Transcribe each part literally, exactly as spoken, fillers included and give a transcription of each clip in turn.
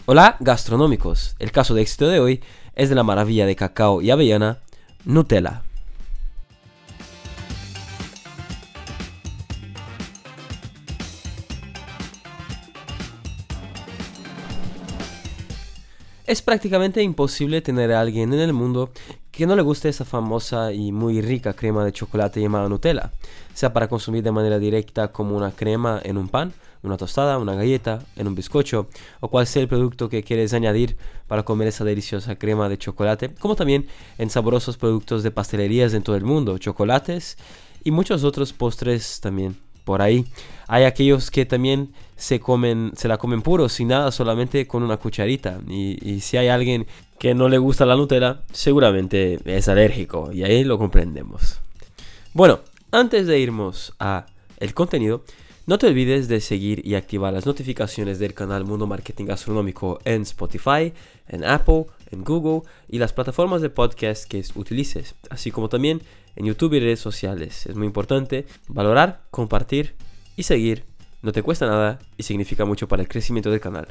Hola gastronómicos, el caso de éxito de hoy es de la maravilla de cacao y avellana, Nutella. Es prácticamente imposible tener a alguien en el mundo que no le guste esa famosa y muy rica crema de chocolate llamada Nutella, sea para consumir de manera directa como una crema en un pan, una tostada, una galleta, en un bizcocho, o cual sea el producto que quieres añadir para comer esa deliciosa crema de chocolate, como también en sabrosos productos de pastelerías en todo el mundo, chocolates y muchos otros postres también. Por ahí hay aquellos que también se comen, se la comen puro, sin nada, solamente con una cucharita. Y, y si hay alguien que no le gusta la Nutella, seguramente es alérgico, y ahí lo comprendemos. Bueno, antes de irnos a el contenido, no te olvides de seguir y activar las notificaciones del canal Mundo Marketing Gastronómico en Spotify, en Apple, en Google y las plataformas de podcast que utilices, así como también en YouTube y redes sociales. Es muy importante valorar, compartir y seguir. No te cuesta nada y significa mucho para el crecimiento del canal.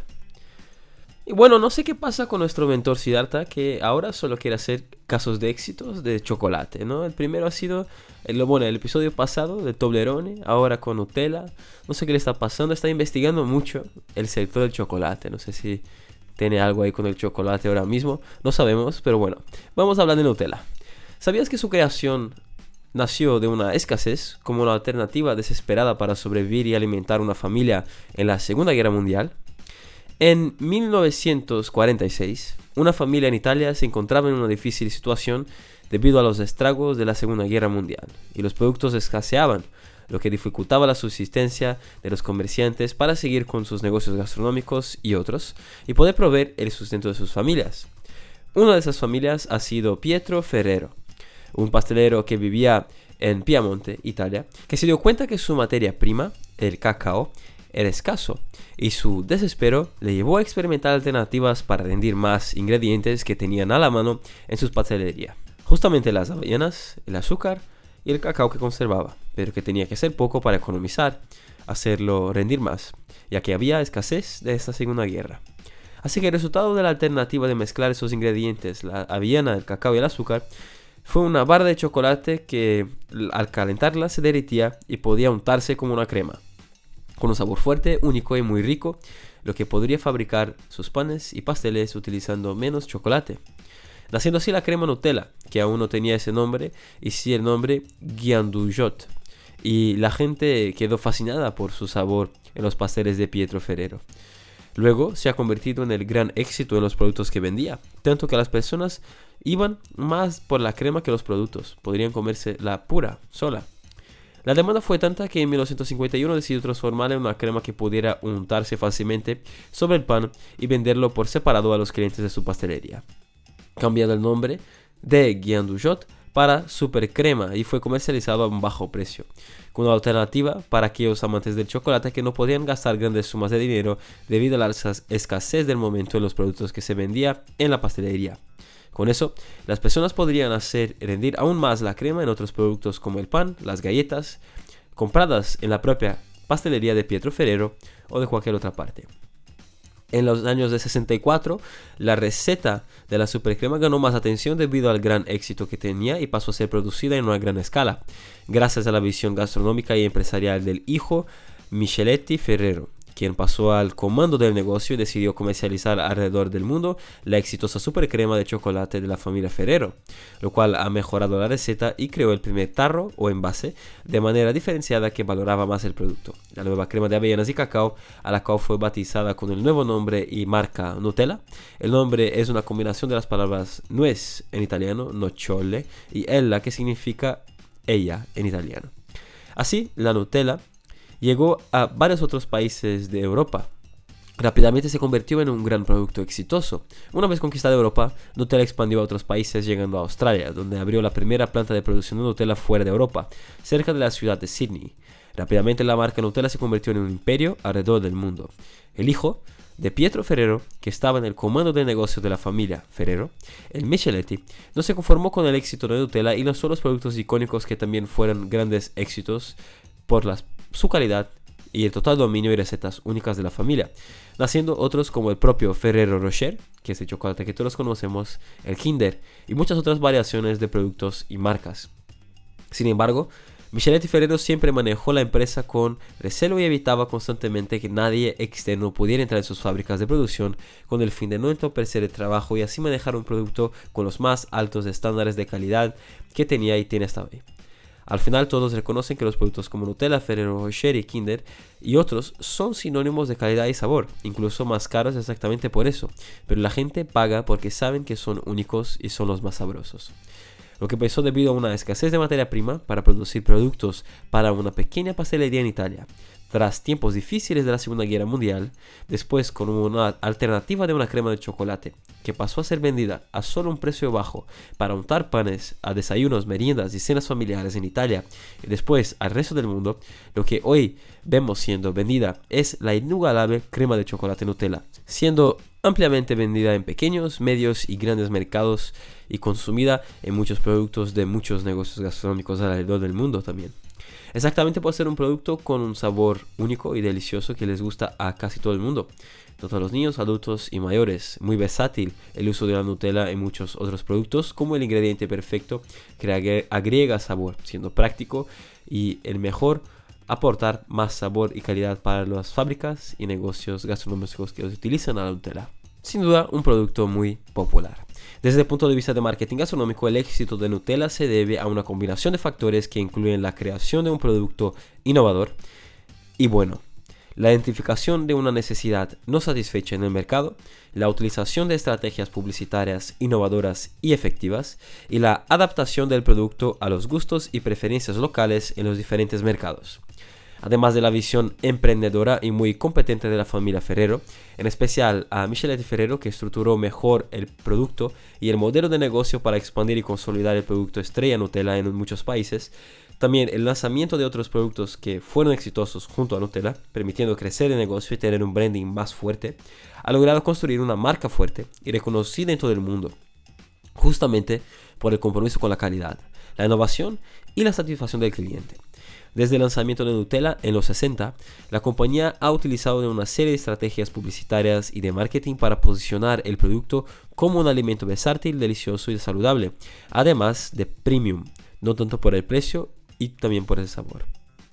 Y bueno, no sé qué pasa con nuestro mentor Siddhartha, que ahora solo quiere hacer casos de éxitos de chocolate, ¿no? El primero ha sido el, bueno, el episodio pasado de Toblerone, ahora con Nutella. No sé qué le está pasando, está investigando mucho el sector del chocolate. No sé si tiene algo ahí con el chocolate ahora mismo, no sabemos, pero bueno, vamos a hablar de Nutella. ¿Sabías que su creación nació de una escasez como una alternativa desesperada para sobrevivir y alimentar una familia en la Segunda Guerra Mundial? En mil novecientos cuarenta y seis, una familia en Italia se encontraba en una difícil situación debido a los estragos de la Segunda Guerra Mundial, y los productos escaseaban, lo que dificultaba la subsistencia de los comerciantes para seguir con sus negocios gastronómicos y otros, y poder proveer el sustento de sus familias. Una de esas familias ha sido Pietro Ferrero, un pastelero que vivía en Piamonte, Italia, que se dio cuenta que su materia prima, el cacao, era escaso, y su desespero le llevó a experimentar alternativas para rendir más ingredientes que tenían a la mano en sus pastelerías. Justamente las avellanas, el azúcar y el cacao que conservaba, pero que tenía que ser poco para economizar, hacerlo rendir más, ya que había escasez de esta Segunda Guerra. Así que el resultado de la alternativa de mezclar esos ingredientes, la avellana, el cacao y el azúcar, fue una barra de chocolate que al calentarla se derretía y podía untarse como una crema, con un sabor fuerte, único y muy rico, lo que podría fabricar sus panes y pasteles utilizando menos chocolate, naciendo así la crema Nutella, que aún no tenía ese nombre, y sí el nombre Giandujotte, y la gente quedó fascinada por su sabor en los pasteles de Pietro Ferrero. Luego se ha convertido en el gran éxito en los productos que vendía, tanto que las personas iban más por la crema que los productos, podrían comerse la pura, sola. La demanda fue tanta que en mil novecientos cincuenta y uno decidió transformarla en una crema que pudiera untarse fácilmente sobre el pan y venderlo por separado a los clientes de su pastelería, cambiando el nombre de Giandujotte para Super Crema, y fue comercializado a un bajo precio, con una alternativa para aquellos amantes del chocolate que no podían gastar grandes sumas de dinero debido a la escasez del momento en los productos que se vendía en la pastelería. Con eso, las personas podrían hacer rendir aún más la crema en otros productos como el pan, las galletas, compradas en la propia pastelería de Pietro Ferrero o de cualquier otra parte. En los años de sesenta y cuatro, la receta de la supercrema ganó más atención debido al gran éxito que tenía y pasó a ser producida en una gran escala, gracias a la visión gastronómica y empresarial del hijo Micheletti Ferrero, quien pasó al comando del negocio y decidió comercializar alrededor del mundo la exitosa supercrema de chocolate de la familia Ferrero, lo cual ha mejorado la receta y creó el primer tarro o envase de manera diferenciada que valoraba más el producto. La nueva crema de avellanas y cacao, a la cual fue bautizada con el nuevo nombre y marca Nutella. El nombre es una combinación de las palabras nuez en italiano, nocciole, y ella, que significa ella en italiano. Así, la Nutella llegó a varios otros países de Europa. Rápidamente se convirtió en un gran producto exitoso. Una vez conquistada Europa, Nutella expandió a otros países, llegando a Australia, donde abrió la primera planta de producción de Nutella fuera de Europa, cerca de la ciudad de Sydney. Rápidamente la marca Nutella se convirtió en un imperio alrededor del mundo. El hijo de Pietro Ferrero, que estaba en el comando de negocio de la familia Ferrero, el Micheletti, no se conformó con el éxito de Nutella y lanzó los productos icónicos que también fueron grandes éxitos por las su calidad y el total dominio y recetas únicas de la familia, naciendo otros como el propio Ferrero Rocher, que es el chocolate que todos conocemos, el Kinder y muchas otras variaciones de productos y marcas. Sin embargo, Micheletti Ferrero siempre manejó la empresa con recelo y evitaba constantemente que nadie externo pudiera entrar en sus fábricas de producción con el fin de no entorpecer el trabajo y así manejar un producto con los más altos estándares de calidad que tenía y tiene hasta hoy. Al final todos reconocen que los productos como Nutella, Ferrero Rocher y Kinder y otros son sinónimos de calidad y sabor, incluso más caros exactamente por eso, pero la gente paga porque saben que son únicos y son los más sabrosos. Lo que empezó debido a una escasez de materia prima para producir productos para una pequeña pastelería en Italia. Tras tiempos difíciles de la Segunda Guerra Mundial, después con una alternativa de una crema de chocolate que pasó a ser vendida a solo un precio bajo para untar panes a desayunos, meriendas y cenas familiares en Italia y después al resto del mundo, lo que hoy vemos siendo vendida es la inigualable crema de chocolate Nutella, siendo ampliamente vendida en pequeños, medios y grandes mercados y consumida en muchos productos de muchos negocios gastronómicos alrededor del mundo también. Exactamente por ser un producto con un sabor único y delicioso que les gusta a casi todo el mundo, tanto a los niños, adultos y mayores. Muy versátil el uso de la Nutella en muchos otros productos como el ingrediente perfecto que agrega sabor, siendo práctico y el mejor aportar más sabor y calidad para las fábricas y negocios gastronómicos que utilizan a la Nutella. Sin duda, un producto muy popular. Desde el punto de vista de marketing gastronómico, el éxito de Nutella se debe a una combinación de factores que incluyen la creación de un producto innovador y bueno, la identificación de una necesidad no satisfecha en el mercado, la utilización de estrategias publicitarias innovadoras y efectivas y la adaptación del producto a los gustos y preferencias locales en los diferentes mercados. Además de la visión emprendedora y muy competente de la familia Ferrero, en especial a Micheletti Ferrero, que estructuró mejor el producto y el modelo de negocio para expandir y consolidar el producto estrella Nutella en muchos países. También el lanzamiento de otros productos que fueron exitosos junto a Nutella, permitiendo crecer el negocio y tener un branding más fuerte, ha logrado construir una marca fuerte y reconocida en todo el mundo, justamente por el compromiso con la calidad, la innovación y la satisfacción del cliente. Desde el lanzamiento de Nutella en los sesenta, la compañía ha utilizado una serie de estrategias publicitarias y de marketing para posicionar el producto como un alimento versátil, delicioso y saludable, además de premium, no tanto por el precio y también por el sabor.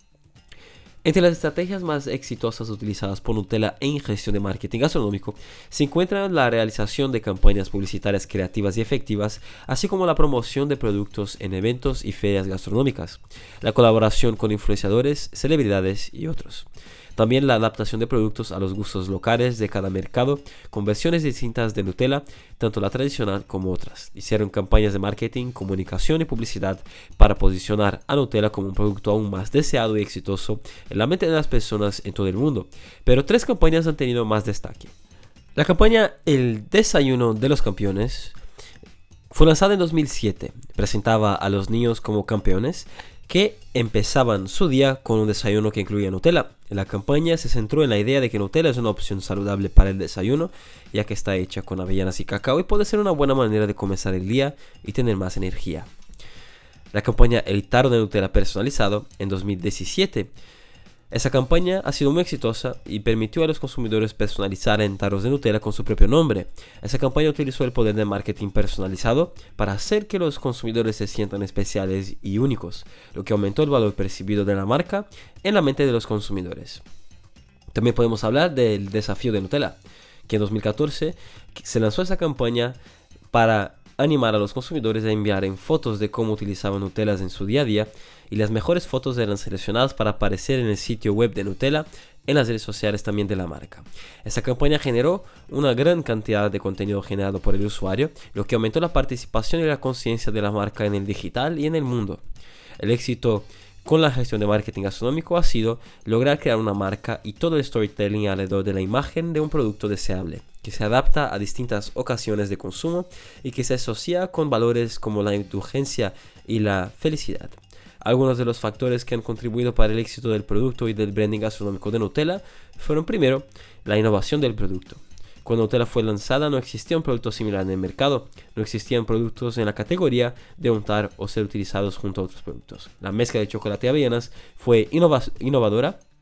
Entre las estrategias más exitosas utilizadas por Nutella en gestión de marketing gastronómico se encuentran la realización de campañas publicitarias creativas y efectivas, así como la promoción de productos en eventos y ferias gastronómicas, la colaboración con influenciadores, celebridades y otros. También la adaptación de productos a los gustos locales de cada mercado, con versiones distintas de Nutella, tanto la tradicional como otras. Hicieron campañas de marketing, comunicación y publicidad para posicionar a Nutella como un producto aún más deseado y exitoso en la mente de las personas en todo el mundo. Pero tres campañas han tenido más destaque. La campaña El Desayuno de los Campeones fue lanzada en dos mil siete. Presentaba a los niños como campeones que empezaban su día con un desayuno que incluía Nutella. La campaña se centró en la idea de que Nutella es una opción saludable para el desayuno, ya que está hecha con avellanas y cacao y puede ser una buena manera de comenzar el día y tener más energía. La campaña El Tarro de Nutella personalizado en dos mil diecisiete. Esa campaña ha sido muy exitosa y permitió a los consumidores personalizar en tarros de Nutella con su propio nombre. Esa campaña utilizó el poder de marketing personalizado para hacer que los consumidores se sientan especiales y únicos, lo que aumentó el valor percibido de la marca en la mente de los consumidores. También podemos hablar del desafío de Nutella, que en dos mil catorce se lanzó esa campaña para animar a los consumidores a enviar en fotos de cómo utilizaban Nutella en su día a día, y las mejores fotos eran seleccionadas para aparecer en el sitio web de Nutella, en las redes sociales también de la marca. Esta campaña generó una gran cantidad de contenido generado por el usuario, lo que aumentó la participación y la conciencia de la marca en el digital y en el mundo. El éxito con la gestión de marketing gastronómico ha sido lograr crear una marca y todo el storytelling alrededor de la imagen de un producto deseable, que se adapta a distintas ocasiones de consumo y que se asocia con valores como la indulgencia y la felicidad. Algunos de los factores que han contribuido para el éxito del producto y del branding gastronómico de Nutella fueron primero, la innovación del producto. Cuando Nutella fue lanzada no existía un producto similar en el mercado, no existían productos en la categoría de untar o ser utilizados junto a otros productos. La mezcla de chocolate y avellanas fue innova- innovadora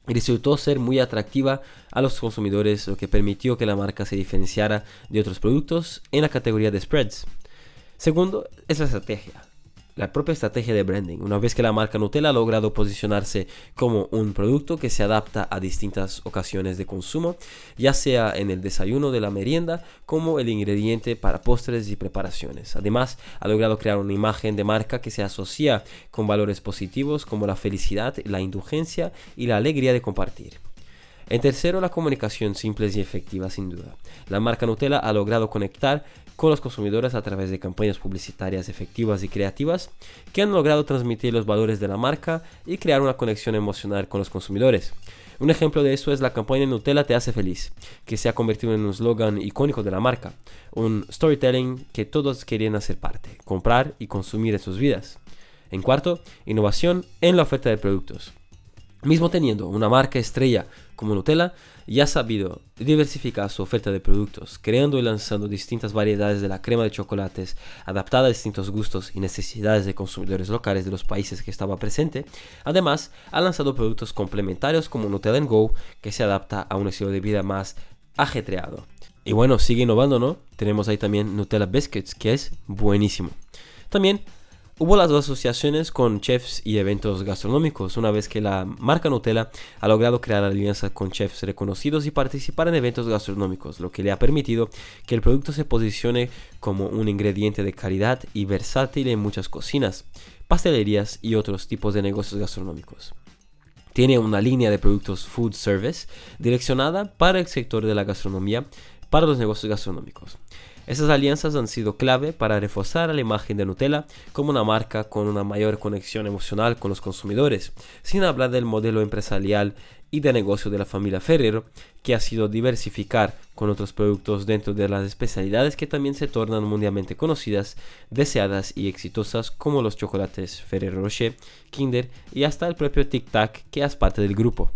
y resultó ser muy atractiva a los consumidores, lo que permitió que la marca se diferenciara de otros productos en la categoría de spreads. Segundo, es la estrategia. La propia estrategia de branding. Una vez que la marca Nutella ha logrado posicionarse como un producto que se adapta a distintas ocasiones de consumo, ya sea en el desayuno de la merienda como el ingrediente para postres y preparaciones. Además, ha logrado crear una imagen de marca que se asocia con valores positivos como la felicidad, la indulgencia y la alegría de compartir. En tercero, la comunicación simple y efectiva, sin duda. La marca Nutella ha logrado conectar con los consumidores a través de campañas publicitarias efectivas y creativas que han logrado transmitir los valores de la marca y crear una conexión emocional con los consumidores. Un ejemplo de eso es la campaña Nutella te hace feliz, que se ha convertido en un eslogan icónico de la marca, un storytelling que todos querían hacer parte, comprar y consumir en sus vidas. En cuarto, innovación en la oferta de productos. Mismo teniendo una marca estrella como Nutella, ya ha sabido diversificar su oferta de productos, creando y lanzando distintas variedades de la crema de chocolates adaptada a distintos gustos y necesidades de consumidores locales de los países que estaba presente. Además, ha lanzado productos complementarios como Nutella and Go, que se adapta a un estilo de vida más ajetreado. Y bueno, sigue innovando, ¿no? Tenemos ahí también Nutella Biscuits, que es buenísimo. También hubo las dos asociaciones con chefs y eventos gastronómicos, una vez que la marca Nutella ha logrado crear alianzas con chefs reconocidos y participar en eventos gastronómicos, lo que le ha permitido que el producto se posicione como un ingrediente de calidad y versátil en muchas cocinas, pastelerías y otros tipos de negocios gastronómicos. Tiene una línea de productos food service direccionada para el sector de la gastronomía, para los negocios gastronómicos. Estas alianzas han sido clave para reforzar la imagen de Nutella como una marca con una mayor conexión emocional con los consumidores, sin hablar del modelo empresarial y de negocio de la familia Ferrero, que ha sido diversificar con otros productos dentro de las especialidades que también se tornan mundialmente conocidas, deseadas y exitosas, como los chocolates Ferrero Rocher, Kinder y hasta el propio Tic Tac, que es parte del grupo.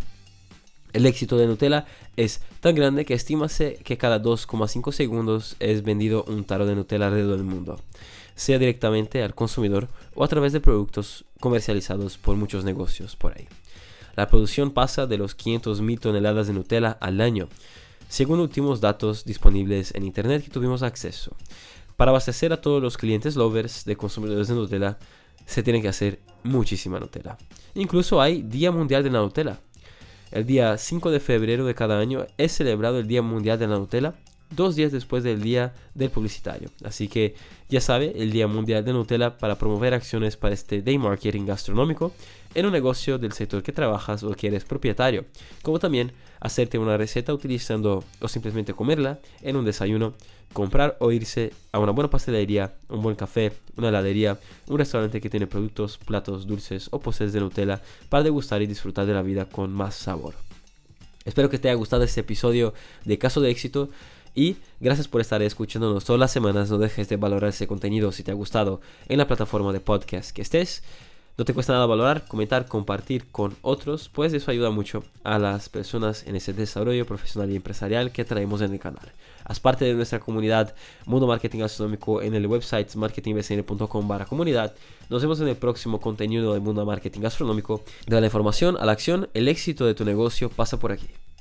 El éxito de Nutella es tan grande que estímase que cada dos coma cinco segundos es vendido un tarro de Nutella alrededor del mundo, sea directamente al consumidor o a través de productos comercializados por muchos negocios por ahí. La producción pasa de los quinientas mil toneladas de Nutella al año, según últimos datos disponibles en internet que tuvimos acceso. Para abastecer a todos los clientes lovers de consumidores de Nutella, se tiene que hacer muchísima Nutella. Incluso hay Día Mundial de la Nutella. El día cinco de febrero de cada año es celebrado el Día Mundial de la Nutella, dos días después del Día del Publicitario. Así que ya sabe, el Día Mundial de Nutella para promover acciones para este day marketing gastronómico en un negocio del sector que trabajas o que eres propietario, como también hacerte una receta utilizando o simplemente comerla en un desayuno, comprar o irse a una buena pastelería, un buen café, una heladería, un restaurante que tiene productos, platos dulces o postres de Nutella para degustar y disfrutar de la vida con más sabor. Espero que te haya gustado este episodio de Caso de Éxito y gracias por estar escuchándonos todas las semanas. No dejes de valorar ese contenido si te ha gustado en la plataforma de podcast que estés. No te cuesta nada valorar, comentar, compartir con otros, pues eso ayuda mucho a las personas en ese desarrollo profesional y empresarial que traemos en el canal. Haz parte de nuestra comunidad Mundo Marketing Gastronómico en el website marketing b c n punto com barra comunidad. Nos vemos en el próximo contenido de Mundo Marketing Gastronómico. De la información a la acción, el éxito de tu negocio pasa por aquí.